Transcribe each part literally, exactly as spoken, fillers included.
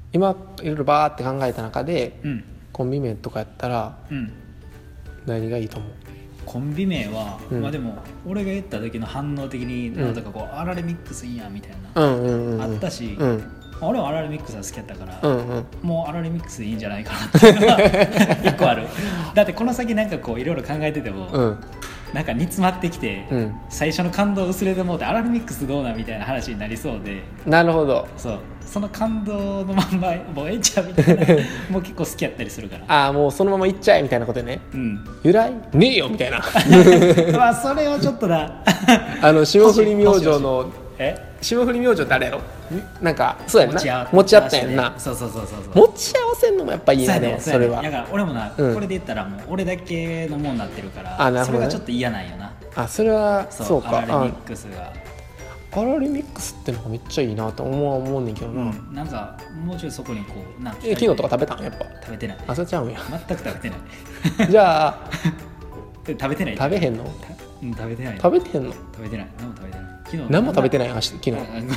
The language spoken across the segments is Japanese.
今いろいろバーって考えた中で、 うん、 コンビ名とかやったら、うん、何がいいと思う？ コンビ名は、うん、まあでも俺が言った時の反応的に、うん、なんとかこうアラレミックスいいやみたいな、うんうんうんうん、あったし、うん、俺はアラレミックスが好きやったから、うんうん、もうアラレミックスでいいんじゃないかなっていうのが一個ある。だってこの先なんかこういろいろ考えてても、うん、なんか煮詰まってきて、うん、最初の感動薄れてもうてアラレミックスどうなみたいな話になりそうで、 なるほど、 そうその感動のまんまもうええちゃうみたいなもう結構好きやったりするからああもうそのままいっちゃえみたいなことね、うん、由来ねえよみたいなまあそれはちょっとだあの霜降り明星のえ霜降り明星ってあれやろなんかそうやんな持ち合ったやんな、 そうそうそうそう持ち合わせんのもやっぱいいね、それは。 だから俺もな、うん、これで言ったらもう俺だけのもんなってるから、あ、なるほどね、それがちょっと嫌なんよな。 あ、それはそう、そうか。 アラレミックスがアラレミックスってのがめっちゃいいなと思う思うねんけどな、うん、 なんかもうちょいそこにこうなんえ昨日とか食べたんやっぱ食べてない。 あ、そっちゃうんや。 全く食べてないじゃあ食べてない食べへんの？ うん、食べてない。 食べてへんの？ 食べてない。何も食べてない。昨日何も食べてない。昨日。それ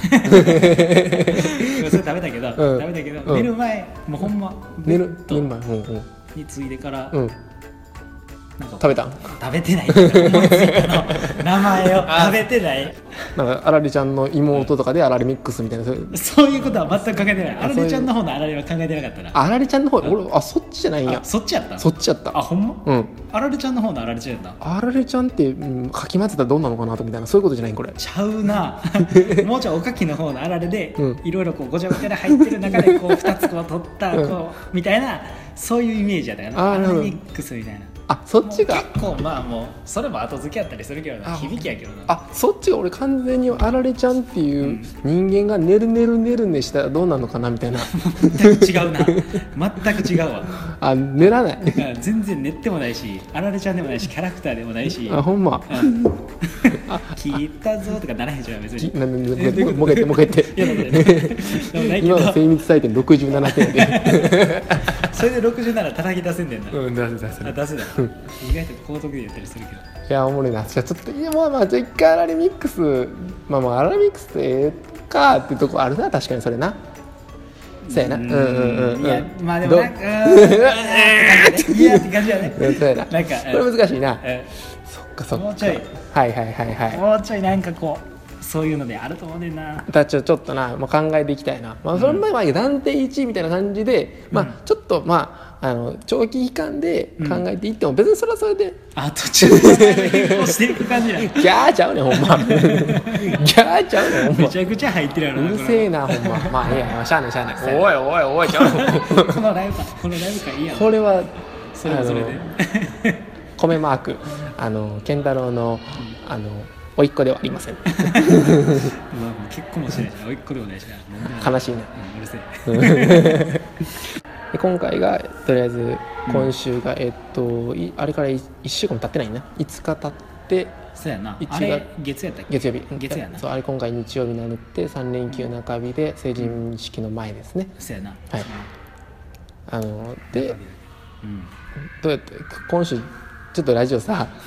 食べたけど、うん、食べたけど、うん、寝る前もうほんま寝る寝る前、うんうん、 についでから、 うん、なんか食べたん？ 食べてない。思いついたの名前を食べてない。 なんかあられちゃんの妹とかであられミックスみたいな、 そういうことは全く考えてない。あられちゃんの方のあられは考えてなかったな。 あられちゃんの方、俺あそっちじゃないんや。 そっちやった。 そっちやった。 あ、ほんま？ うん。 あられちゃんの方のあられちゃんやった。 あられちゃんって、うん、かき混ぜたらどうなのかなとみたいな、そういうことじゃないこれ。 ちゃうな。もうちょいおかきの方のあられで、いろいろこうごちゃごちゃで入ってる中でこうふたつこう取ったこう、うん、みたいなそういうイメージやったかな。あられミックスみたいな。 あ、そっちが結構まあもうそれも後付けやったりするけどな、響きやけどな。 あ、そっちが俺完全にあられちゃんっていう人間が寝る寝る寝る寝したらどうなのかなみたいな。 全く違うな。全く違うわ。 あ、寝らない。 全然寝ってもないし、あられちゃんでもないし、キャラクターでもないし。 あ、ほんま。 聞いたぞとかならへんじゃん別に。 もげてもげて。今の精密採点ろくじゅうななてんで。 それでろくじゅうなな叩き出せんねんな。 うん、出せ出せ。 あ、出せだ。意外と高得点やったりするけど。 いや、おもろいな。じゃあちょっと、いや、まあまあ、じゃあ一回アラレミックス、まあまあ、アラレミックスってええかってとこあるな、確かにそれな。そうやな。うんうんうん。 いや、まあでもなんか、いやって感じやね。 そうやな。 なんか、 これ難しいな。そっかそっか。 もうちょい。 はいはいはいはい。 もうちょいなんかこう、そういうのであると思うねんな。 だちょちょっとな、まあ、考えていきたいな。まあ、その前は暫定いちいみたいな感じで、まあちょっとまあ。あの長期期間で考えていっても、うん、別にそれはそれであ途中で変更していく感じなの。 ギャーちゃうねんほんま。ギャーちゃうねんほんま。 めちゃくちゃ入ってるやろな。 うるせえなほんま。まあいいや、しゃあないしゃあない。おいおいおいちゃう。 このライブかこのライブかいいやん。 これはそれそれで米マークあの健太郎の、うん、あの甥っ子ではありません。まあ結婚もしないし甥っ子でもないしな。 悲しいな、 うん、うるせえ。 で今回がとりあえず今週が、うん、えっとあれからいっしゅうかんも経ってないな、いつか経ってそうやな、あれ月やったっけ。 月曜日月やな。 そう、あれ今回日曜日になってさん連休中日で成人式の前ですね、 うん、そうやな、 はい、あので、うん、どうやって今週ちょっとラジオさ、うん、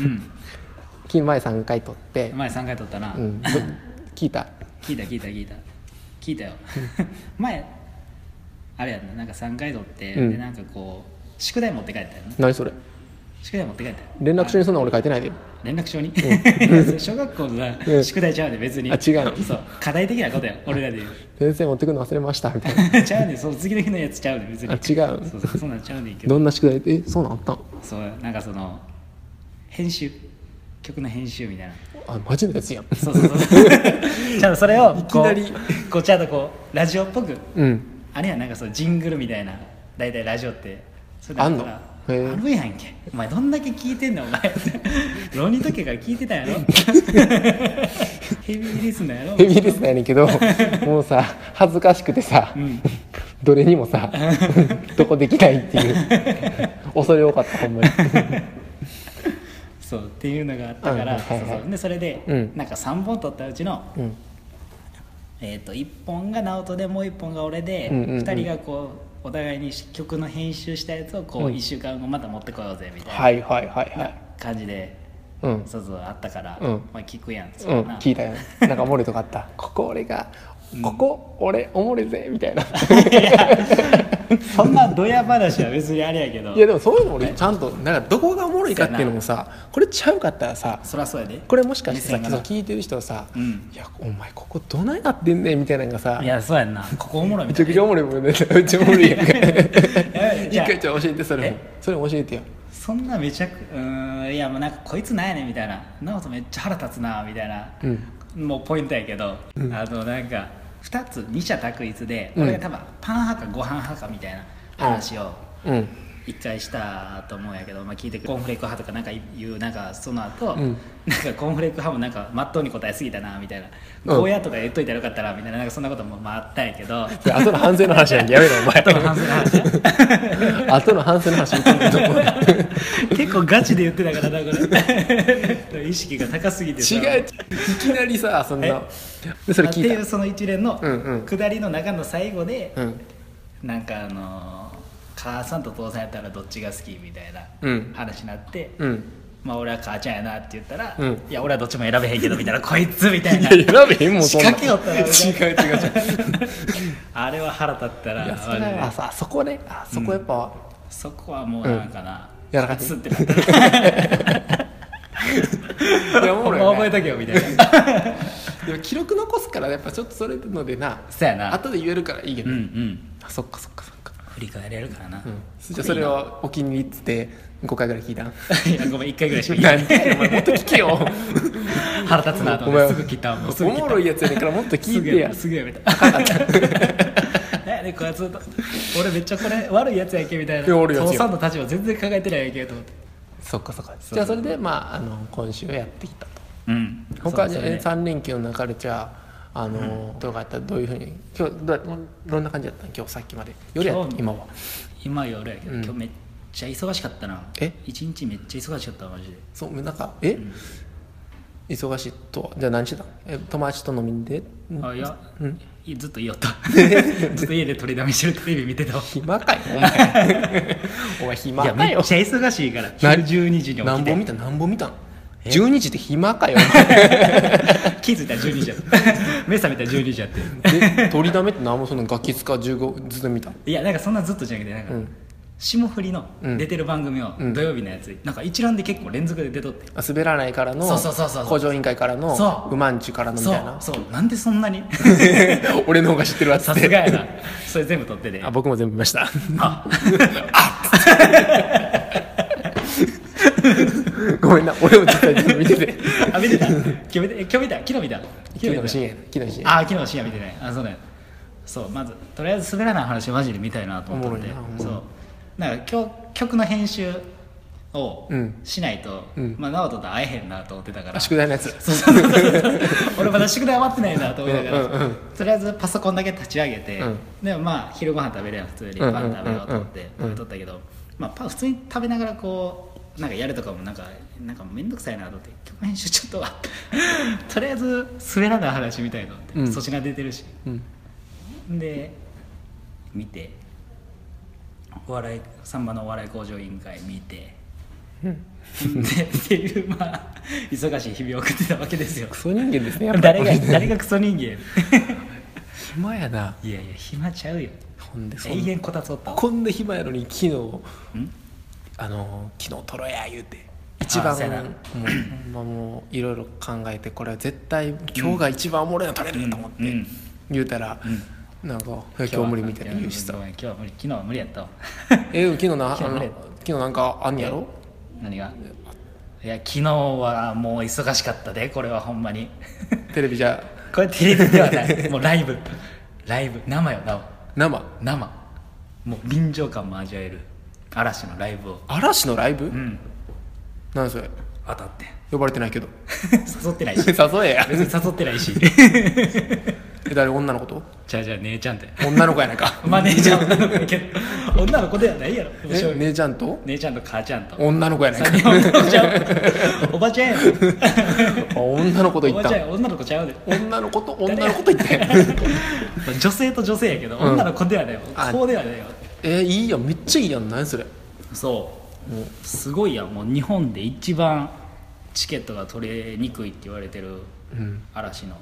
前さんかい撮って前さんかい撮ったな、 うん、聞いた聞いた聞いた聞いた聞いたよ前あれやんな、なんかさんかい撮って、うん、でなんかこう宿題持って帰ったよね。 何それ。 宿題持って帰ったよ。 連絡書にそんな俺書いてないで。 連絡書に、うん、小学校のな、うん、宿題ちゃうで別に。 あ、違うの。 そう、課題的なことや俺らで言う。 先生持ってくの忘れましたみたいな。 ちゃうねん、その次の日のやつちゃうねん別に。 あ、違う。 そうそう、そんなんちゃうねんけど。 どんな宿題え、そうなんあったん。 そう、なんかその編集、曲の編集みたいな。 あ、マジのやつやん。 そうそうそうちゃんとそれをこういきなりこうちゃんとこうラジオっぽく、 うん、あれやなんかそうジングルみたいな、大体ラジオってそれあんの。 あるやんけ。お前どんだけ聞いてんのお前。浪人時から聞いてたんやろ。ヘビーリスナーやろ。 ヘビーリスナーやねんけどもうさ恥ずかしくてさ、うん、どれにもさどこできないっていう恐れ多かったほんまに。 そうっていうのがあったから、そうそうでそれで、うん、なんかさんぼん撮ったうちの、うん、えー、といっぽんが直人でもういっぽんが俺で、うんうんうん、ふたりがこうお互いに曲の編集したやつをこう、うん、いっしゅうかんごまた持ってこようぜみたいな感じで、うん、そうそうあったから、うん、まあ、聞くやん。 うん、聞いたよ。なんかおもろいとこあった。ここ俺がここ俺おもろいぜみたいなそんなドヤ話は別にあれやけどいやでもそういうの俺ちゃんとなんかどこがおもろいかっていうのもさこれちゃうかったらさそりゃそうやでこれもしかしてさ聞いてる人はさ、うん、いやお前ここどないなってんねんみたいなのがさいやそうやんなここおもろいみたいなめちゃくちゃおもろいもんねめっちゃおもろいやんか一回ちょっと教えてそれもそれも教えてよそんなめちゃくうーんいやもうなんかこいつなんやねんみたいな直人めっちゃ腹立つなみたいな、うん、もうポイントやけど、うん、あのなんかふたつ二者択一で、うん、俺が多分パン派かご飯派かみたいな話を一回したと思うんやけど、まあ、聞いてコーンフレーク派とかなんか言うなんかその後、うん、なんかコーンフレーク派もなんかまっとうに答えすぎたなみたいな、うん、ゴーヤとか言っといたらよかったらみたいななんかそんなこともまああったんやけど後の反省の話なんやめろお前後の反省の話後の反省の話言ってんと思う結構ガチで言ってたからなこれ意識が高すぎてさ違ういきなりさそんなでそれ聞いたっていうその一連の下りの中の最後で、うん、なんかあのー母さんと父さんやったらどっちが好きみたいな話になって、うん、まあ俺は母ちゃんやなって言ったら、うん、いや俺はどっちも選べへんけどみたいなこいつみたいな選べへんもん仕掛けよったら違う違う違うあれは腹立ったらいやそれはあそこねあそこやっぱ、 うん、そこはもうなんかな、 うん、やらかつってなったいやおもろいよ、ね、覚えとけよみたいなでも記録残すからやっぱちょっとそれのでなそうやな後で言えるからいいけど、 うんうん、 あそっかそっかそっか振り返れるからな、うん、 じゃあそれをお気に入りっつってごかいぐらい聞いたんいやごめんいっかいぐらいしか聞いたなんでお前もっと聞けよ腹立つなと思ってすぐ聞いたもうすぐおもろいやつやねんからもっと聞いてやすぐやめたすぐやめたでこいつ俺めっちゃこれ悪いやつやんけみたいな父さんの立場全然考えてないやんけと思ってそっかそっかじゃあそれでまああの今週やってきたと、 うん、 他に、ね、さん連休の中でじゃああのうん、どうかやったらどういうふうに今日 ど, どんな感じだったの今日さっきまで夜やった今は今夜やけど、うん、今日めっちゃ忙しかったなえ一日めっちゃ忙しかったマジでそうなんかえ、うん、忙しいとはじゃあ何してたえ友達と飲みにであいや、うん、ずっと言いよったずっと家で取りだめしてるテレビ見てた暇かよお前お前暇かよいやめっちゃ忙しいから昼じゅうにじに起きて何本見た何本見たんじゅうにじって暇かよ気づいたらじゅうにじや目覚めたらじゅうにじやってで取りだめって何もそのガキ使じゅうごずっと見たいやなんかそんなずっとじゃなくてなんか、うん、霜降りの出てる番組を土曜日のやつ、うん、なんか一覧で結構連続で出とって滑らないからの向上委員会からのうまんちゅからのみたいなそうそうなんでそんなに俺の方が知ってるわっつってさすがやなそれ全部撮っててあ僕も全部見ましたああごめんな俺も実際見ててあ見てた今日見た今日見た昨日見た昨日の深夜昨日の深夜あ昨日の深夜見てないあそうねそうまずとりあえず滑らない話マジで見たいなと思ったんでそうなんか今日曲の編集をしないと、うん、まあ直人と会えへんなと思ってたから宿題のやつそうそうそうそう俺まだ宿題終わってないなと思いながら、うんうんうん、とりあえずパソコンだけ立ち上げて、うん、でもまあ昼ご飯食べれるやん普通にパン食べようと思って食べとったけど、まあ、パン普通に食べながらこうなんかやるとかもなんかなんかめんどくさいなと思って曲編集ちょっとはとりあえず滑らない話みたいなのって、うん、粗品出てるし、うん、で見てお笑いさんばのお笑い向上委員会見て、うん、でっていうまあ忙しい日々を送ってたわけですよクソ人間ですねやっぱり誰が誰がクソ人間暇やないやいや暇ちゃうよほんでそん永遠こたつおったこんな暇やのに昨日んあの昨日撮ろや言うて一番もう、まあ、もういろいろ考えてこれは絶対今日が一番おもろいの撮れると思って言うたら、うんうん、なんか今日無理みたいな言うしさ今日は無理昨日は無理やったわえ昨日な昨日なんかあんやろ何がいや昨日はもう忙しかったでこれはほんまにテレビじゃこれテレビではないもうライブライブ生よ生生生もう臨場感も味わえる嵐のライブを嵐のライブうん何それ当たって呼ばれてないけど誘ってないし誘えや別に誘ってないしえ誰女の子とじゃあじゃあ姉ちゃんって女の子やないかまあ姉ちゃん女の子やけど女の子ではないやろえ姉ちゃんと姉ちゃんと母ちゃんと女の子やないかおばちゃんや女の子と言った女の子ちゃうで女の子と女の子と言って女性と女性やけど、うん、女の子ではないよ子ではないよえー、いいやんめっちゃいいやん何それそうもうすごいやんもう日本で一番チケットが取れにくいって言われてる嵐の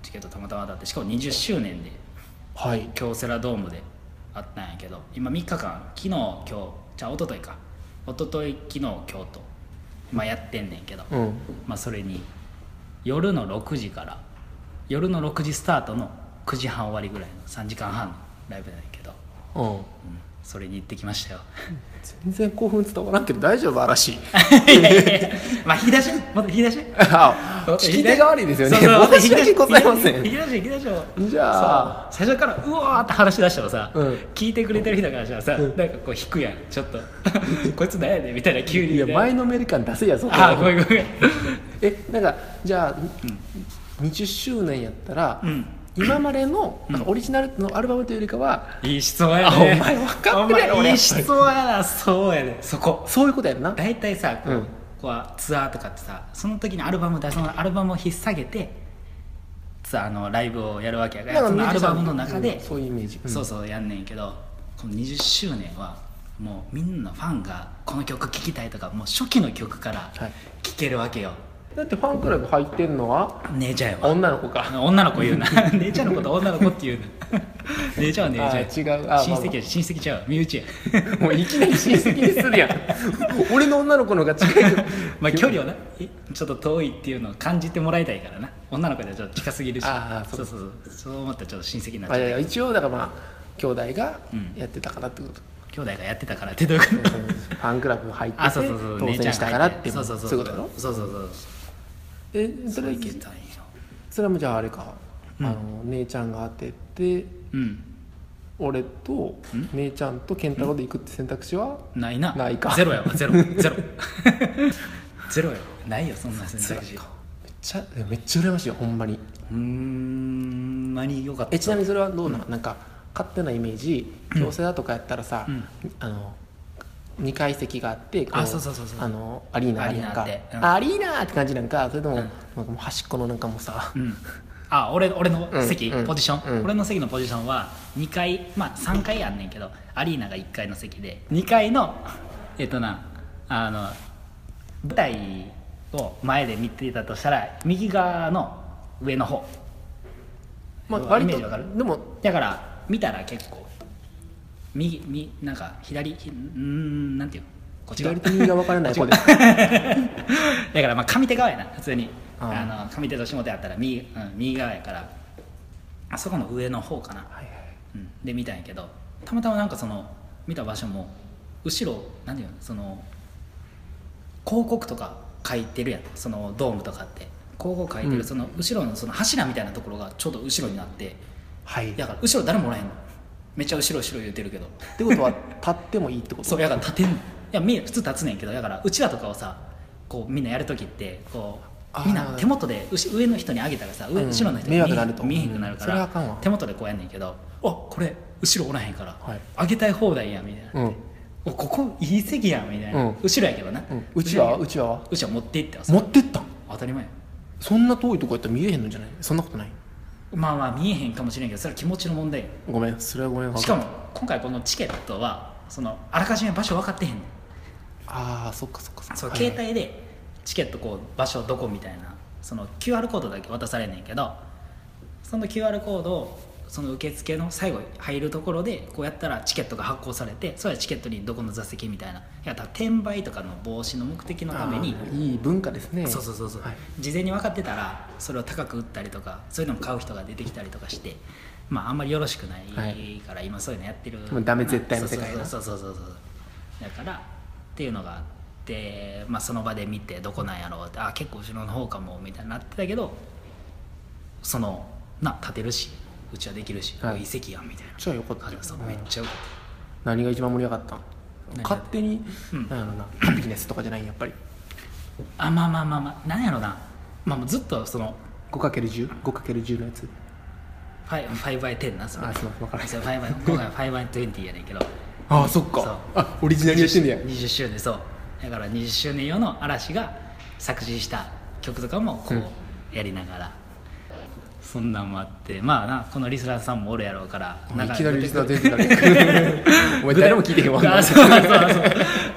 チケットたまたま当たって、しかもにじゅっしゅうねんで、 はい、 京セラドームであったんやけど、今みっかかん、昨日今日じゃあ一昨日か一昨日昨日今日と、まあ、やってんねんけど、うん、まあ、それに夜のろくじから夜のろくじスタートのくじはん終わりぐらいのさんじかんはんのライブなんやけど、うん、うん、それに行ってきましたよ。 全然興奮伝わらんけど大丈夫？嵐いやいやいや、まあ引き出しまた引き出しあ聞き手が悪いですよね。申し訳ございません。 引き出し引き出しをじゃあ最初からうわーって話し出したらさ、うん、聞いてくれてる人からしたらさ、うん、なんかこう引くやんちょっとこいつ何やねんみたいな急に、 いや前のめり感出せやそこ。 あごめんごめんえなんかじゃあ、うん、にじゅっしゅうねんやったら、うん、今までのなんかオリジナルのアルバムというよりかは、 うん、いい質問やね。 お前分かってるやろ。 いい質問やな。そうやね。そこそういうことやんな。 大体さこう、うん、こうツアーとかってさ、その時にアルバム出すのアルバムを引っ提げてツアーのライブをやるわけやから、そのアルバムの中で、 うん、そういうイメージ、 うん、そうそうやんねんけど、このにじゅっしゅうねんはもうみんなファンがこの曲聴きたいとか、もう初期の曲から聴けるわけよ、はい。 だってファンクラブ入ってんのは姉ちゃんやわ。 女の子か。 女の子言うな姉ちゃんのこと女の子って言うな姉ちゃんは姉ちゃん。 違う。あ親戚や、まあまあ、親戚ちゃう身内やもういきなり親戚にするやん俺の女の子の方が近いまあ距離をなちょっと遠いっていうのを感じてもらいたいからな。女の子ではちょっと近すぎるし。 あそうそうそうそう思ったらちょっと親戚になっちゃう。 いや一応だからまあ兄弟がやってたからってこと、 うん、兄弟がやってたからってどういうことファンクラブ入っててそうそうそう当選したからってそうそうそうそういうことやろ。 そうそうそうえそれそれもじゃああれか、うん、あの姉ちゃんが当てて、うん、俺と姉ちゃんと健太郎で行くって選択肢は、 うん、ないな。 ないか。 ゼロやわゼロゼロゼロやわ。ないよそんな選択肢。めっちゃめっちゃ羨ましいよほんまに。 うーんまによかった。 えちなみにそれはどうなの、うん、なんか勝手なイメージ、京セラとかやったらさ、うん、あのにかい席があってこうあそうそうそうそうあのアリーナありなんかアリーナ、うん、アリーナって感じなんか、それとも、うん、なんかもう端っこのなんかもさ、うん、 あ 俺, 俺の席、うん、ポジション、 うん、 俺の席のポジションはにかい、まあさんかいあんねんけど、アリーナがいっかいの席でにかいのえっとなあの舞台を前で見てたとしたら右側の上の方、まあ、割とイメージわかる。でもだから見たら結構右右なんか左ひんなんていうのこっち側左と右が分からない方ですだからまあ上手側やな普通に。ああの上手と下手やったら右、うん、右側やからあそこの上の方かな、はいはい、うん、で見たんやけど、たまたまなんかその見た場所も後ろなんていうのその広告とか書いてるやん、そのドームとかって広告書いてる、うん、その後ろのその柱みたいなところがちょうど後ろになって、はい、だから後ろ誰もおらへんの。めっちゃ後ろ後ろ言うてるけどってことは立ってもいいってことそうやから立てんの。いや普通立つねんけど、だからうちわとかをさこうみんなやるときってこうみんな手元で上の人に上げたらさ、上、うん、後ろの人に見えへんくなるから、うん、手元でこうやんねんけど、あこれ後ろおらへんから、はい、上げたい放題やみたいな、うん、おここいい席やみたいな、うん、後ろやけどな、 うん、うちはうちはうちは持って行って持ってったん当たり前。 そんな遠いとこやったら見えへんのじゃない？そんなことない？ まあまあ見えへんかもしれんけど、それは気持ちの問題。 ごめんそれはごめん。 しかも今回このチケットはそのあらかじめ場所分かってへんねん。 ああそっかそっかそっか。 そう、はいはい、携帯でチケットこう場所どこみたいなその キューアール コードだけ渡されんねんけど、その キューアール コードをその受付の最後入るところでこうやったらチケットが発行されて、それはチケットにどこの座席みたいなやったら転売とかの防止の目的のためにいい文化ですね。 そうそうそうそう、はい、事前に分かってたらそれを高く売ったりとかそういうのも買う人が出てきたりとかして、まああんまりよろしくないから今そういうのやってる、 もうダメ絶対の世界だ。そうそうそうそうだからっていうのがあって、まあ、その場で見てどこなんやろうって、あ結構後ろの方かもみたいになってたけど、そのな立てるしうちはできるし、はい、いい席やんみたいな。 じゃあよかった。 そうめっちゃよかった。 何が一番盛り上がったん？勝手に、うん、なんやろなハピネスとかじゃないやっぱり。 あまあまあまあまあなんやろな、まあもうずっとそのごかけるじゅう ごかけるじゅう のやつ。 ファイブバイテンなそれ。 あそう分からない。 今回ファイブバイトゥエンティーやねんけど。 ああそっか。あオリジナルやってんねや。 にじゅっしゅうねんそう。だからにじゅっしゅうねん用の嵐が作詞した曲とかもこうやりながら、うん、そんなんもあって、まあなこのリスナーさんもおるやろうから、 いきなりリスナー出てたねお前誰も聞いてへんわあそうそうそうい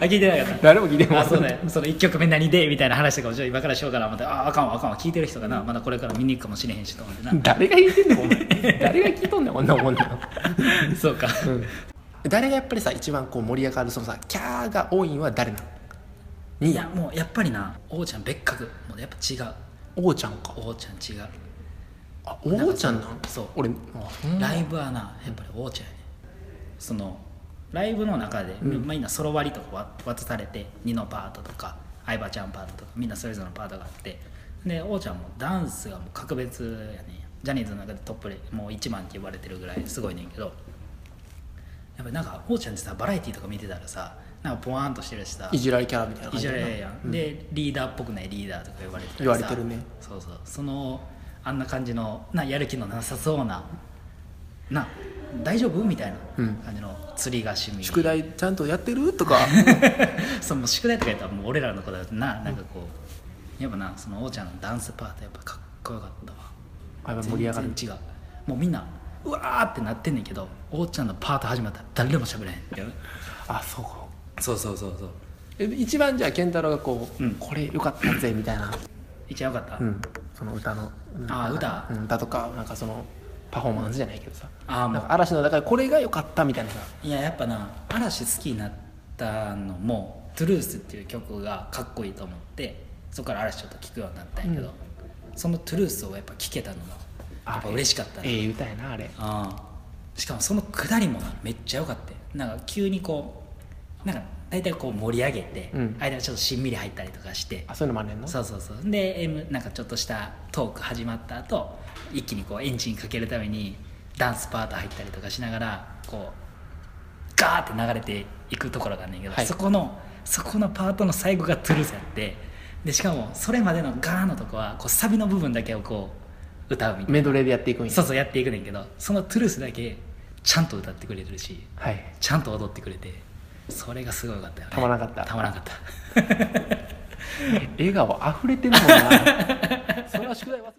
聞いてなかった誰も聞いてない。 あそうねそのいっきょくめ何でみたいな話とかもちょっと今からしようかな思ってああかんわあかんわ聞いてる人がなまだこれから見に行くかもしれへんしと思ってな誰が言ってんねんお前誰が聞いとんねんこんなもんなそうか、 うん、誰がやっぱりさ一番こう盛り上がるそのさキャーが多いんは誰なの？ いやもうやっぱりな王ちゃん別格もうやっぱ違う王ちゃんか王ちゃん違うあ王ちゃんなんそう俺ライブはなやっぱり王ちゃんやねそのライブの中で、うん、みんなソロ割りとか渡されてにのパートとか相葉ちゃんパートとかみんなそれぞれのパートがあってで王ちゃんもダンスがもう格別やねジャニーズの中でトップでもういちばんって言われてるぐらいすごいねんけどやっぱりなんか王ちゃんってさバラエティーとか見てたらさなんかポワーンとしてるしさいじられキャラみたいな感じいじられやん、うん、でリーダーっぽくないリーダーとか言われて言われてるねそうそうそのあんな感じのなやる気のなさそうなな大丈夫みたいな感じの釣りが趣味、うん、 宿題ちゃんとやってるとかその宿題とかやったらもう俺らの子だとななんかこうやっぱなその王ちゃんのダンスパートやっぱかっこよかったわあやっぱ盛り上がる全然違うもうみんなうわーってなってんねんけど王ちゃんのパート始まったら誰でも喋れへんあそうそうそうそうそうえ一番じゃあ健太郎がこう、うん、これよかったぜみたいな一番よかった、 うん、その歌のあ歌、 うん、歌とかなんかそのパフォーマンスじゃないけどさあなんか嵐のだからこれが良かったみたいなさいややっぱな嵐好きになったのもトゥルースっていう曲がかっこいいと思ってそこから嵐ちょっと聴くようになったんやけど、うん、そのトゥルースをやっぱ聴けたのもやっぱ嬉しかったねええ歌やなあれあしかもその下りもなめっちゃ良かったなんか急にこうなんか大体こう盛り上げて、うん、間ちょっとしんみり入ったりとかしてあそういうのもあんねんのそうそうそうで M なんかちょっとしたトーク始まった後一気にこうエンジンかけるためにダンスパート入ったりとかしながらこうガーって流れていくところがあんねんけど、はい、そこのそこのパートの最後がトゥルースやってでしかもそれまでのガーのとこはこうサビの部分だけをこう歌うみたいなメドレーでやっていくんやそうそうやっていくねんけどそのトゥルースだけちゃんと歌ってくれてるし、はい、ちゃんと踊ってくれてそれがすごいよかったよねたまらなかったたまらなかった笑顔あふれてるもんなそれは宿題忘れ